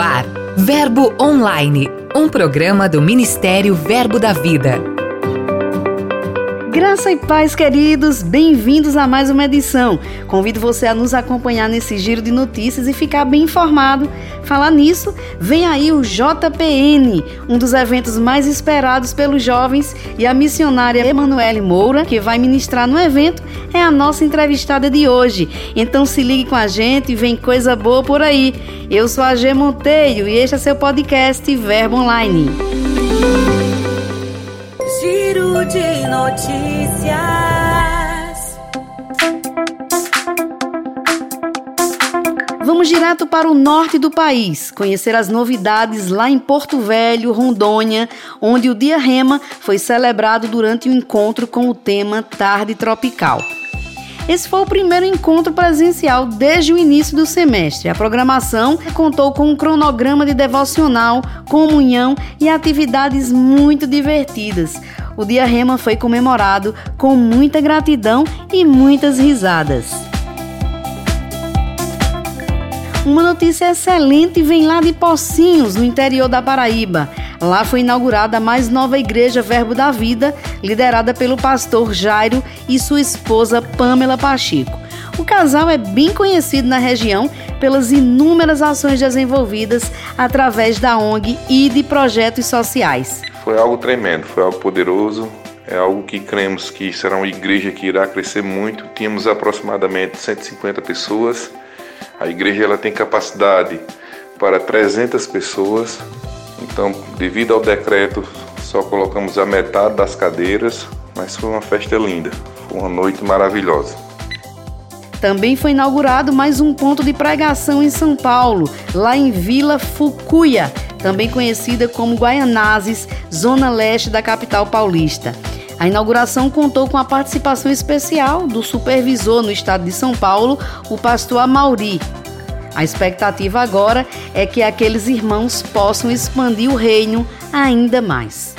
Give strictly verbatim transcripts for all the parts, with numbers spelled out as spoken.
ar, Verbo Online, um programa do Ministério Verbo da Vida. Graça e paz, queridos, bem-vindos a mais uma edição. Convido você a nos acompanhar nesse giro de notícias e ficar bem informado. Falar nisso, vem aí o J P N, um dos eventos mais esperados pelos jovens, e a missionária Emanuele Moura, que vai ministrar no evento, é a nossa entrevistada de hoje. Então se ligue com a gente e vem coisa boa por aí. Eu sou a G Monteiro e este é seu podcast Verbo Online. Giro de notícias. Vamos direto para o norte do país, conhecer as novidades lá em Porto Velho, Rondônia, onde o Dia Rema foi celebrado durante um encontro com o tema Tarde Tropical. Esse foi o primeiro encontro presencial desde o início do semestre. A programação contou com um cronograma de devocional, comunhão e atividades muito divertidas. O Dia Rema foi comemorado com muita gratidão e muitas risadas. Uma notícia excelente vem lá de Pocinhos, no interior da Paraíba. Lá foi inaugurada a mais nova igreja Verbo da Vida, liderada pelo pastor Jairo e sua esposa Pamela Pacheco. O casal é bem conhecido na região pelas inúmeras ações desenvolvidas através da O N G e de projetos sociais. Foi algo tremendo, foi algo poderoso, é algo que cremos que será uma igreja que irá crescer muito. Tínhamos aproximadamente cento e cinquenta pessoas, a igreja ela tem capacidade para trezentas pessoas. Então, devido ao decreto, só colocamos a metade das cadeiras, mas foi uma festa linda, foi uma noite maravilhosa. Também foi inaugurado mais um ponto de pregação em São Paulo, lá em Vila Fucuia, também conhecida como Guaianazes, zona leste da capital paulista. A inauguração contou com a participação especial do supervisor no estado de São Paulo, o pastor Amauri. A expectativa agora é que aqueles irmãos possam expandir o reino ainda mais.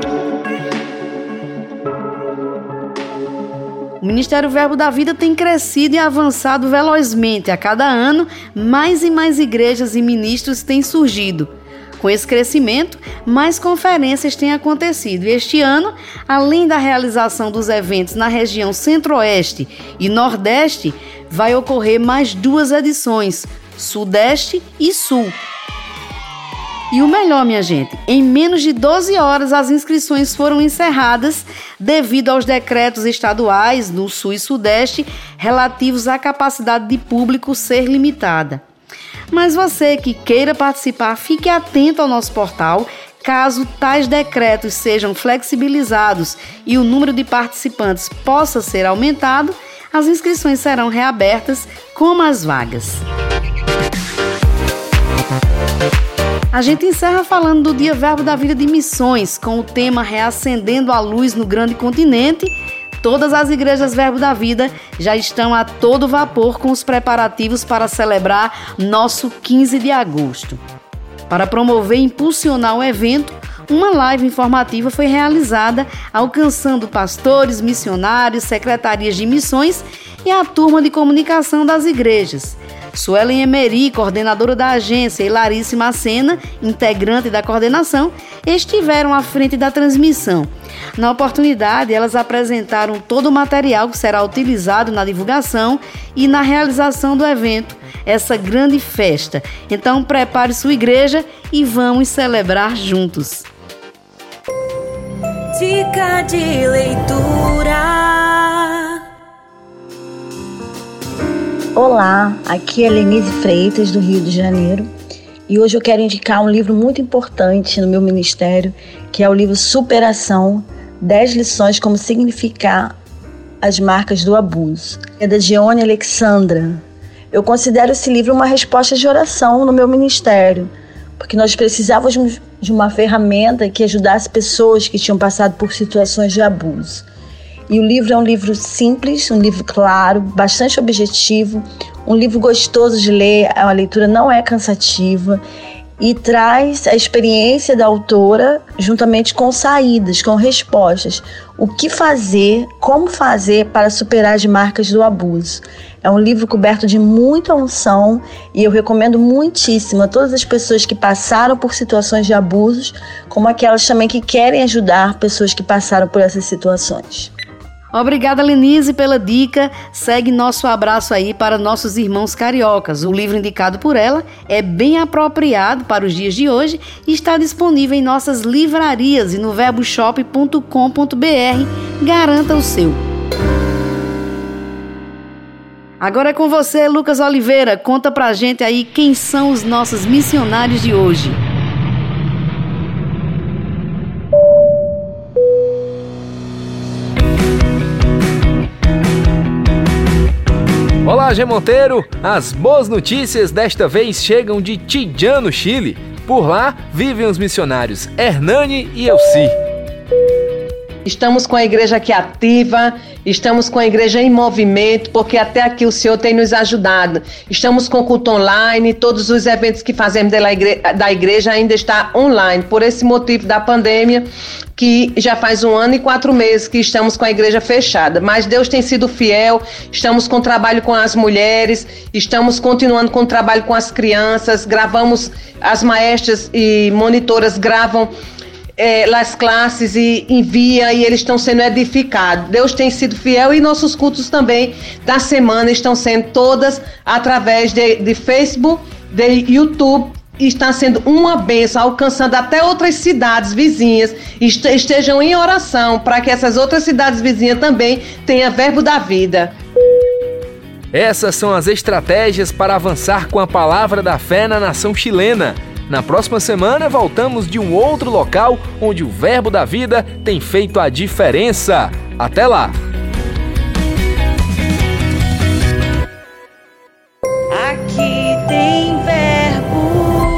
O Ministério Verbo da Vida tem crescido e avançado velozmente. A cada ano, mais e mais igrejas e ministros têm surgido. Com esse crescimento, mais conferências têm acontecido. E este ano, além da realização dos eventos na região Centro-Oeste e Nordeste, vai ocorrer mais duas edições, Sudeste e Sul. E o melhor, minha gente, em menos de doze horas as inscrições foram encerradas devido aos decretos estaduais no Sul e Sudeste relativos à capacidade de público ser limitada. Mas você que queira participar, fique atento ao nosso portal. Caso tais decretos sejam flexibilizados e o número de participantes possa ser aumentado, as inscrições serão reabertas como as vagas. A gente encerra falando do Dia Verbo da Vida de Missões, com o tema Reacendendo a Luz no Grande Continente. Todas as igrejas Verbo da Vida já estão a todo vapor com os preparativos para celebrar nosso quinze de agosto. Para promover e impulsionar o evento, uma live informativa foi realizada, alcançando pastores, missionários, secretarias de missões e a turma de comunicação das igrejas. Suelen Emery, coordenadora da agência, e Larissa Macena, integrante da coordenação, estiveram à frente da transmissão. Na oportunidade, elas apresentaram todo o material que será utilizado na divulgação e na realização do evento, essa grande festa. Então, prepare sua igreja e vamos celebrar juntos. Dica de leitura. Olá, aqui é Lenise Freitas, do Rio de Janeiro, e hoje eu quero indicar um livro muito importante no meu ministério, que é o livro Superação, dez lições como significar as marcas do abuso. É da Gione Alexandra. Eu considero esse livro uma resposta de oração no meu ministério, porque nós precisávamos de uma ferramenta que ajudasse pessoas que tinham passado por situações de abuso. E o livro é um livro simples, um livro claro, bastante objetivo, um livro gostoso de ler, a leitura não é cansativa e traz a experiência da autora juntamente com saídas, com respostas. O que fazer, como fazer para superar as marcas do abuso. É um livro coberto de muita unção e eu recomendo muitíssimo a todas as pessoas que passaram por situações de abusos, como aquelas também que querem ajudar pessoas que passaram por essas situações. Obrigada, Lenise, pela dica. Segue nosso abraço aí para nossos irmãos cariocas. O livro indicado por ela é bem apropriado para os dias de hoje e está disponível em nossas livrarias e no verboshop ponto com ponto b r. Garanta o seu. Agora é com você, Lucas Oliveira. Conta pra gente aí quem são os nossos missionários de hoje. Olá, G. Monteiro! As boas notícias desta vez chegam de Chillán, no Chile. Por lá vivem os missionários Hernani e Elci. Estamos com a igreja aqui ativa, estamos com a igreja em movimento, porque até aqui o Senhor tem nos ajudado. Estamos com culto online, todos os eventos que fazemos da igreja ainda está online, por esse motivo da pandemia, que já faz um ano e quatro meses que estamos com a igreja fechada. Mas Deus tem sido fiel, estamos com trabalho com as mulheres, estamos continuando com o trabalho com as crianças, gravamos, as maestras e monitoras gravam É, as classes e envia e eles estão sendo edificados. Deus tem sido fiel e nossos cultos também da semana estão sendo todas através de, de Facebook, de YouTube. Está sendo uma bênção, alcançando até outras cidades vizinhas. Est- estejam em oração para que essas outras cidades vizinhas também tenham verbo da vida. Essas são as estratégias para avançar com a palavra da fé na nação chilena. Na próxima semana, voltamos de um outro local onde o verbo da vida tem feito a diferença. Até lá! Aqui tem verbo.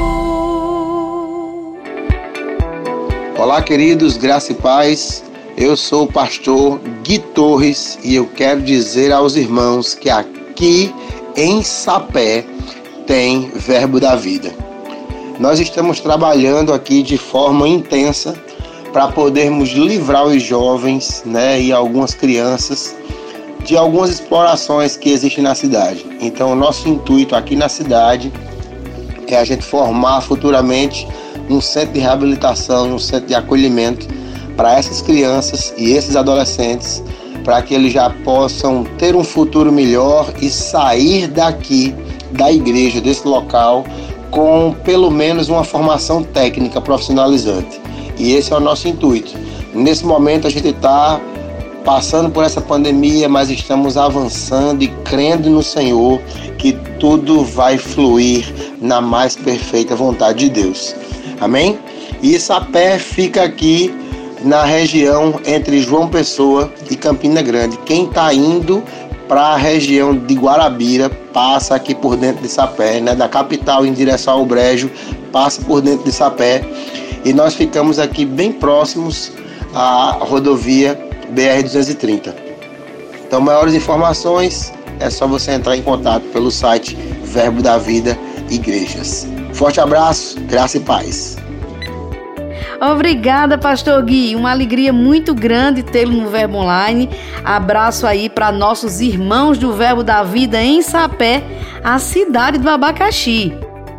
Olá, queridos, graça e paz. Eu sou o pastor Gui Torres e eu quero dizer aos irmãos que aqui em Sapé tem verbo da vida. Nós estamos trabalhando aqui de forma intensa para podermos livrar os jovens, né, e algumas crianças de algumas explorações que existem na cidade. Então, o nosso intuito aqui na cidade é a gente formar futuramente um centro de reabilitação, um centro de acolhimento para essas crianças e esses adolescentes, para que eles já possam ter um futuro melhor e sair daqui, da igreja, desse local, com pelo menos uma formação técnica profissionalizante. E esse é o nosso intuito. Nesse momento a gente está passando por essa pandemia, mas estamos avançando e crendo no Senhor que tudo vai fluir na mais perfeita vontade de Deus. Amém? E Sapé fica aqui na região entre João Pessoa e Campina Grande. Quem está indo para a região de Guarabira, passa aqui por dentro de Sapé, né? Da capital em direção ao Brejo, passa por dentro de Sapé, e nós ficamos aqui bem próximos à rodovia B R duzentos e trinta. Então, maiores informações é só você entrar em contato pelo site Verbo da Vida Igrejas. Forte abraço, graça e paz. Obrigada, pastor Gui. Uma alegria muito grande tê-lo no Verbo Online. Abraço aí para nossos irmãos do Verbo da Vida em Sapé, a cidade do abacaxi.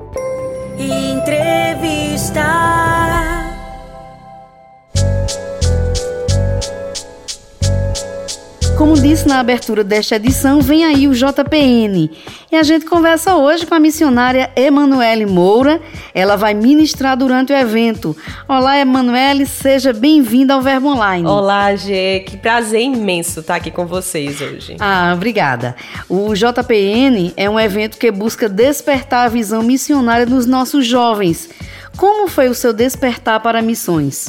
Entrevista. Como disse na abertura desta edição, vem aí o J P N. E a gente conversa hoje com a missionária Emanuele Moura. Ela vai ministrar durante o evento. Olá, Emanuele, seja bem-vinda ao Verbo Online. Olá, Gê, que prazer imenso estar aqui com vocês hoje. Ah, obrigada. O J P N é um evento que busca despertar a visão missionária dos nossos jovens. Como foi o seu despertar para missões?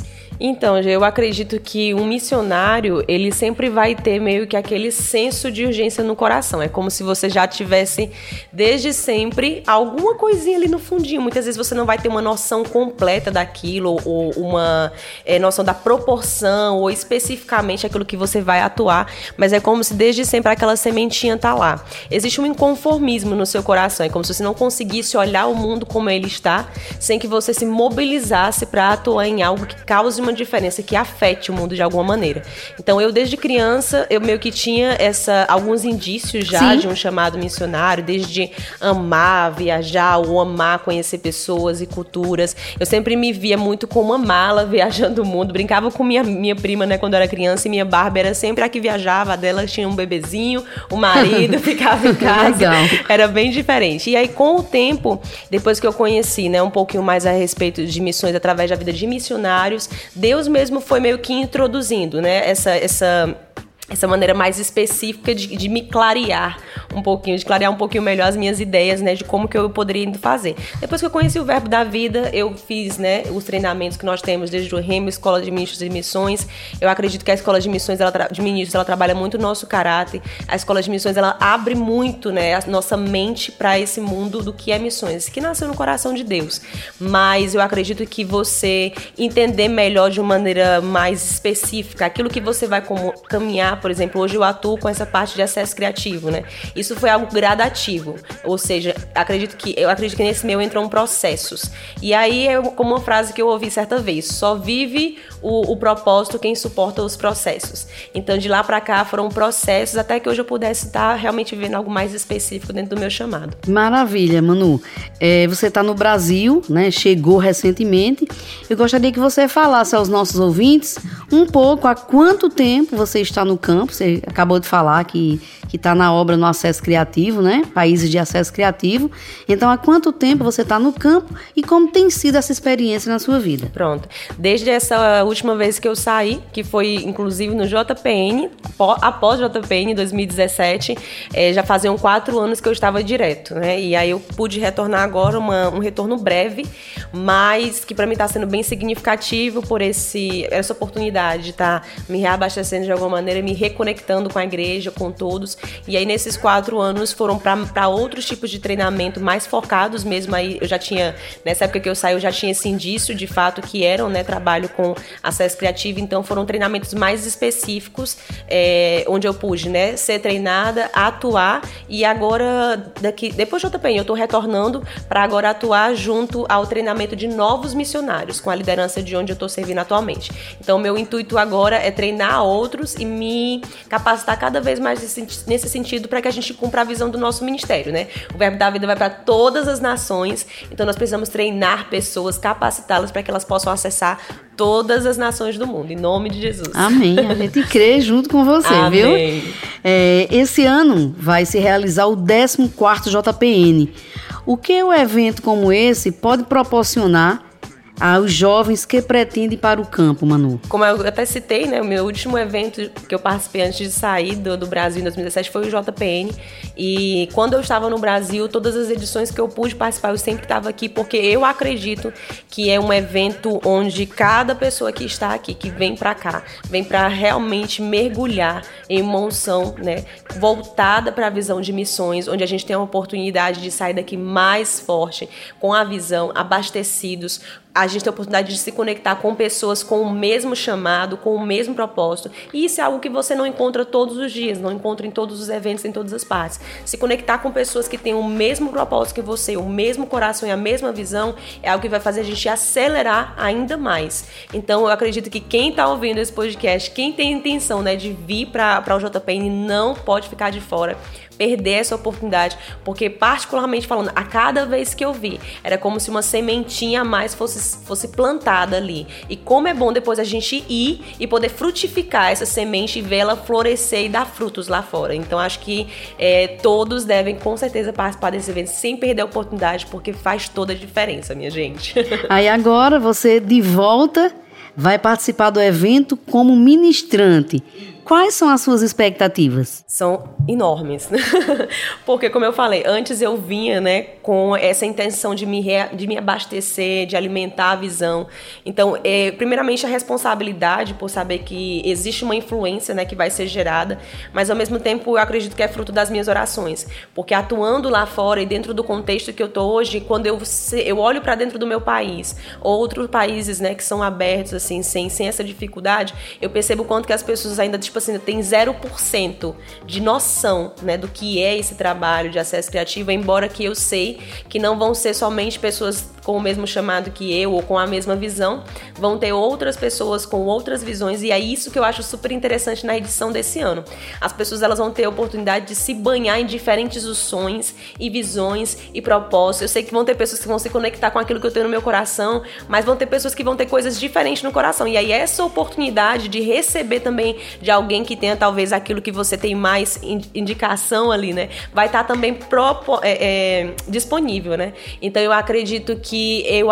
Então, eu acredito que um missionário, ele sempre vai ter meio que aquele senso de urgência no coração. É como se você já tivesse, desde sempre, alguma coisinha ali no fundinho. Muitas vezes você não vai ter uma noção completa daquilo, ou uma é, noção da proporção, ou especificamente aquilo que você vai atuar, mas é como se desde sempre aquela sementinha tá lá. Existe um inconformismo no seu coração, é como se você não conseguisse olhar o mundo como ele está, sem que você se mobilizasse para atuar em algo que cause uma diferença, que afete o mundo de alguma maneira. Então eu desde criança, eu meio que tinha essa, alguns indícios já Sim. de um chamado missionário, desde amar viajar, ou amar conhecer pessoas e culturas. Eu sempre me via muito como uma mala viajando o mundo, brincava com minha, minha prima, né, quando eu era criança, e minha Barbie era sempre a que viajava, a dela tinha um bebezinho, o marido ficava em casa. Legal. Era bem diferente. E aí com o tempo, depois que eu conheci, né, um pouquinho mais a respeito de missões através da vida de missionários, Deus mesmo foi meio que introduzindo, né, essa, essa, essa maneira mais específica de, de me clarear um pouquinho, de clarear um pouquinho melhor as minhas ideias, né, de como que eu poderia fazer. Depois que eu conheci o Verbo da Vida, eu fiz, né, os treinamentos que nós temos desde o Remo, Escola de Ministros e Missões. Eu acredito que a Escola de Missões, ela tra- de Ministros, ela trabalha muito o nosso caráter. A Escola de Missões, ela abre muito, né, a nossa mente para esse mundo do que é missões, que nasceu no coração de Deus. Mas eu acredito que você entender melhor de uma maneira mais específica aquilo que você vai como caminhar, por exemplo, hoje eu atuo com essa parte de acesso criativo, né? Isso foi algo gradativo, ou seja, acredito que, eu acredito que nesse meu entram processos. E aí é como uma frase que eu ouvi certa vez: só vive o, o propósito quem suporta os processos. Então de lá pra cá foram processos até que hoje eu pudesse estar realmente vivendo algo mais específico dentro do meu chamado. Maravilha, Manu. É, você está no Brasil, né? Chegou recentemente. Eu gostaria que você falasse aos nossos ouvintes um pouco há quanto tempo você está no campo. Você acabou de falar que que está na obra no Acesso Criativo, né? Países de Acesso Criativo. Então, há quanto tempo você está no campo e como tem sido essa experiência na sua vida? Pronto. Desde essa última vez que eu saí, que foi inclusive no J P N, após J P N, em dois mil e dezessete, é, já faziam quatro anos que eu estava direto, né? E aí eu pude retornar agora, uma, um retorno breve, mas que para mim está sendo bem significativo por esse, essa oportunidade de estar tá me reabastecendo de alguma maneira, me reconectando com a igreja, com todos. E aí nesses quatro anos foram para outros tipos de treinamento mais focados mesmo. Aí eu já tinha, nessa época que eu saí, eu já tinha esse indício de fato que eram, né, trabalho com acesso criativo. Então foram treinamentos mais específicos, é, onde eu pude, né, ser treinada, atuar. E agora, daqui, depois do J P N, eu estou retornando para agora atuar junto ao treinamento de novos missionários, com a liderança de onde eu estou servindo atualmente. Então meu intuito agora é treinar outros e me capacitar cada vez mais nesse sentido, para que a gente cumpra a visão do nosso ministério, né? O Verbo da Vida vai para todas as nações, então nós precisamos treinar pessoas, capacitá-las para que elas possam acessar todas as nações do mundo, em nome de Jesus. Amém, a gente crê junto com você, Amém. Viu? É, esse ano vai se realizar o décimo quarto J P N. O que um evento como esse pode proporcionar aos jovens que pretendem ir para o campo, Manu? Como eu até citei, né, o meu último evento que eu participei antes de sair do, do Brasil em dois mil e dezessete foi o J P N, e quando eu estava no Brasil, todas as edições que eu pude participar, eu sempre estava aqui, porque eu acredito que é um evento onde cada pessoa que está aqui, que vem para cá, vem para realmente mergulhar em uma unção, né, voltada para a visão de missões, onde a gente tem a oportunidade de sair daqui mais forte, com a visão, abastecidos. A gente tem a oportunidade de se conectar com pessoas com o mesmo chamado, com o mesmo propósito. E isso é algo que você não encontra todos os dias, não encontra em todos os eventos, em todas as partes. Se conectar com pessoas que têm o mesmo propósito que você, o mesmo coração e a mesma visão, é algo que vai fazer a gente acelerar ainda mais. Então, eu acredito que quem está ouvindo esse podcast, quem tem intenção, né, de vir para o J P N, não pode ficar de fora, perder essa oportunidade, porque particularmente falando, a cada vez que eu vi, era como se uma sementinha a mais fosse, fosse plantada ali. E como é bom depois a gente ir e poder frutificar essa semente e ver ela florescer e dar frutos lá fora. Então acho que é, todos devem com certeza participar desse evento sem perder a oportunidade, porque faz toda a diferença, minha gente. Aí agora você de volta vai participar do evento como ministrante. quais são as suas expectativas? São enormes. Porque, como eu falei, antes eu vinha, né, com essa intenção de me, re... de me abastecer, de alimentar a visão. Então, é, primeiramente, a responsabilidade por saber que existe uma influência, né, que vai ser gerada, mas, ao mesmo tempo, eu acredito que é fruto das minhas orações. Porque atuando lá fora e dentro do contexto que eu tô hoje, quando eu, eu olho para dentro do meu país, outros países, né, que são abertos, assim, sem, sem essa dificuldade, eu percebo o quanto que as pessoas ainda, tipo assim, têm zero por cento de noção, né, do que é esse trabalho de acesso criativo, embora que eu sei que não vão ser somente pessoas com o mesmo chamado que eu ou com a mesma visão, vão ter outras pessoas com outras visões, e é isso que eu acho super interessante na edição desse ano. As pessoas, elas vão ter a oportunidade de se banhar em diferentes sonhos e visões e propósitos. Eu sei que vão ter pessoas que vão se conectar com aquilo que eu tenho no meu coração, mas vão ter pessoas que vão ter coisas diferentes no coração, e aí essa oportunidade de receber também de alguém que tenha talvez aquilo que você tem mais indicação ali, né, vai estar também propo, é, é, disponível, né? Então eu acredito que que eu,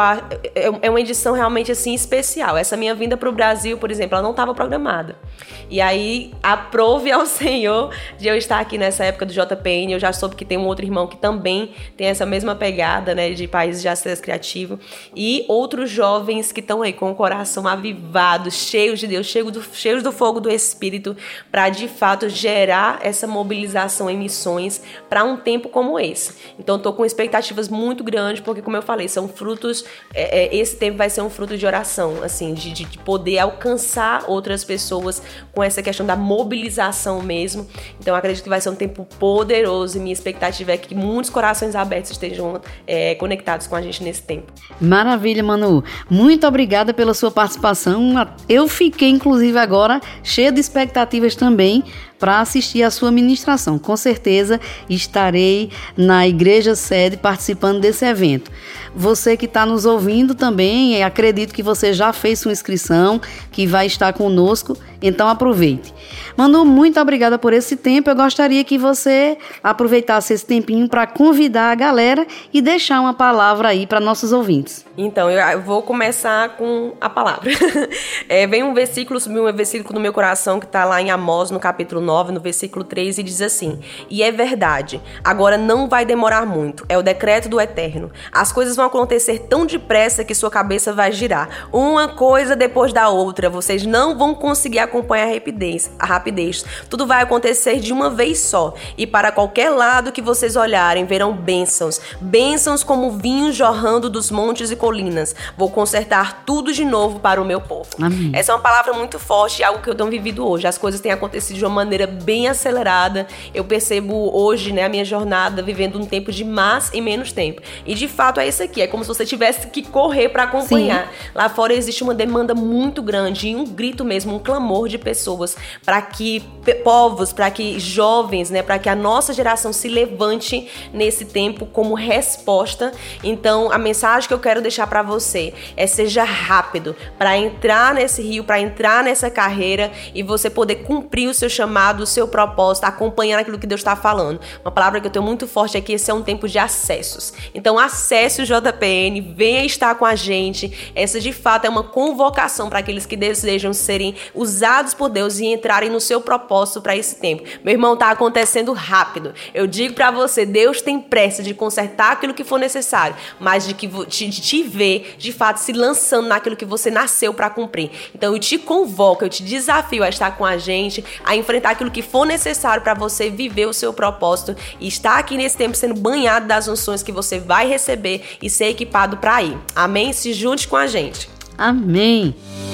é uma edição realmente assim especial. Essa minha vinda para o Brasil, por exemplo, ela não estava programada. E aí, aprove ao Senhor de eu estar aqui nessa época do J P N. Eu já soube que tem um outro irmão que também tem essa mesma pegada, né, de países de acesso criativo. E outros jovens que estão aí com o coração avivado, cheios de Deus, cheios do, cheios do fogo do Espírito, para de fato gerar essa mobilização em missões para um tempo como esse. Então, estou com expectativas muito grandes, porque, como eu falei, são frutos, é, é, esse tempo vai ser um fruto de oração, assim, de, de poder alcançar outras pessoas com essa questão da mobilização mesmo. Então, eu acredito que vai ser um tempo poderoso e minha expectativa é que muitos corações abertos estejam é, conectados com a gente nesse tempo. Maravilha, Manu. Muito obrigada pela sua participação. Eu fiquei, inclusive, agora cheia de expectativas também para assistir a sua ministração. Com certeza estarei na Igreja Sede participando desse evento. Você que está nos ouvindo também, acredito que você já fez sua inscrição, que vai estar conosco, então aproveite. Manu, muito obrigada por esse tempo. Eu gostaria que você aproveitasse esse tempinho para convidar a galera e deixar uma palavra aí para nossos ouvintes. Então, eu vou começar com a palavra. É, vem um versículo, subiu um versículo no meu coração que está lá em Amós, no capítulo nove, no versículo três, e diz assim: e é verdade, agora não vai demorar muito, é o decreto do Eterno. As coisas vão acontecer tão depressa que sua cabeça vai girar, uma coisa depois da outra, vocês não vão conseguir acompanhar a rapidez, a rapidez. Tudo vai acontecer de uma vez só, e para qualquer lado que vocês olharem, verão bênçãos, bênçãos como vinho jorrando dos montes e colinas. Vou consertar tudo de novo para o meu povo. Amém. Essa é uma palavra muito forte, algo que eu tenho vivido hoje. As coisas têm acontecido de uma maneira bem acelerada. Eu percebo hoje, né, a minha jornada vivendo um tempo de mais e menos tempo. E de fato é isso aqui, é como se você tivesse que correr para acompanhar. Sim. Lá fora existe uma demanda muito grande e um grito mesmo, um clamor de pessoas para que povos, para que jovens, né, para que a nossa geração se levante nesse tempo como resposta. Então, a mensagem que eu quero deixar para você é: seja rápido para entrar nesse rio, para entrar nessa carreira e você poder cumprir o seu chamado, o seu propósito, acompanhando aquilo que Deus está falando. Uma palavra que eu tenho muito forte é que esse é um tempo de acessos. Então, acesse o J P N, venha estar com a gente. Essa, de fato, é uma convocação para aqueles que desejam serem usados por Deus e entrarem no seu propósito para esse tempo. Meu irmão, tá acontecendo rápido. Eu digo para você, Deus tem pressa de consertar aquilo que for necessário, mas de, que, de, de te ver, de fato, se lançando naquilo que você nasceu para cumprir. Então, eu te convoco, eu te desafio a estar com a gente, a enfrentar aquilo que for necessário para você viver o seu propósito e estar aqui nesse tempo sendo banhado das unções que você vai receber e ser equipado para ir. Amém? Se junte com a gente. Amém.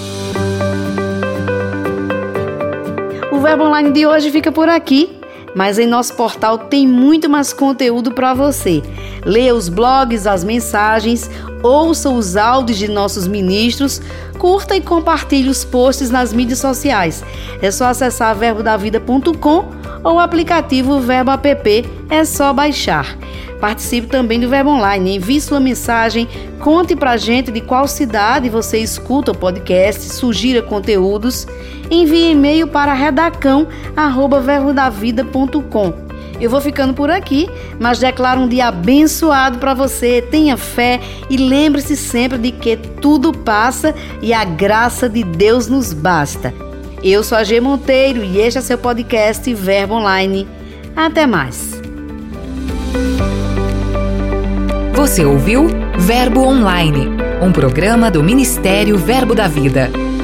O Verbo Online de hoje fica por aqui, mas em nosso portal tem muito mais conteúdo para você. Leia os blogs, as mensagens, ouça os áudios de nossos ministros, curta e compartilhe os posts nas mídias sociais. É só acessar verbo da vida ponto com ou o aplicativo Verbo App, é só baixar. Participe também do Verbo Online, envie sua mensagem, conte pra gente de qual cidade você escuta o podcast, sugira conteúdos, envie e-mail para redacão arroba verbo da vida ponto com. Eu vou ficando por aqui, mas declaro um dia abençoado para você. Tenha fé e lembre-se sempre de que tudo passa e a graça de Deus nos basta. Eu sou a G Monteiro e este é seu podcast Verbo Online. Até mais. Você ouviu Verbo Online, um programa do Ministério Verbo da Vida.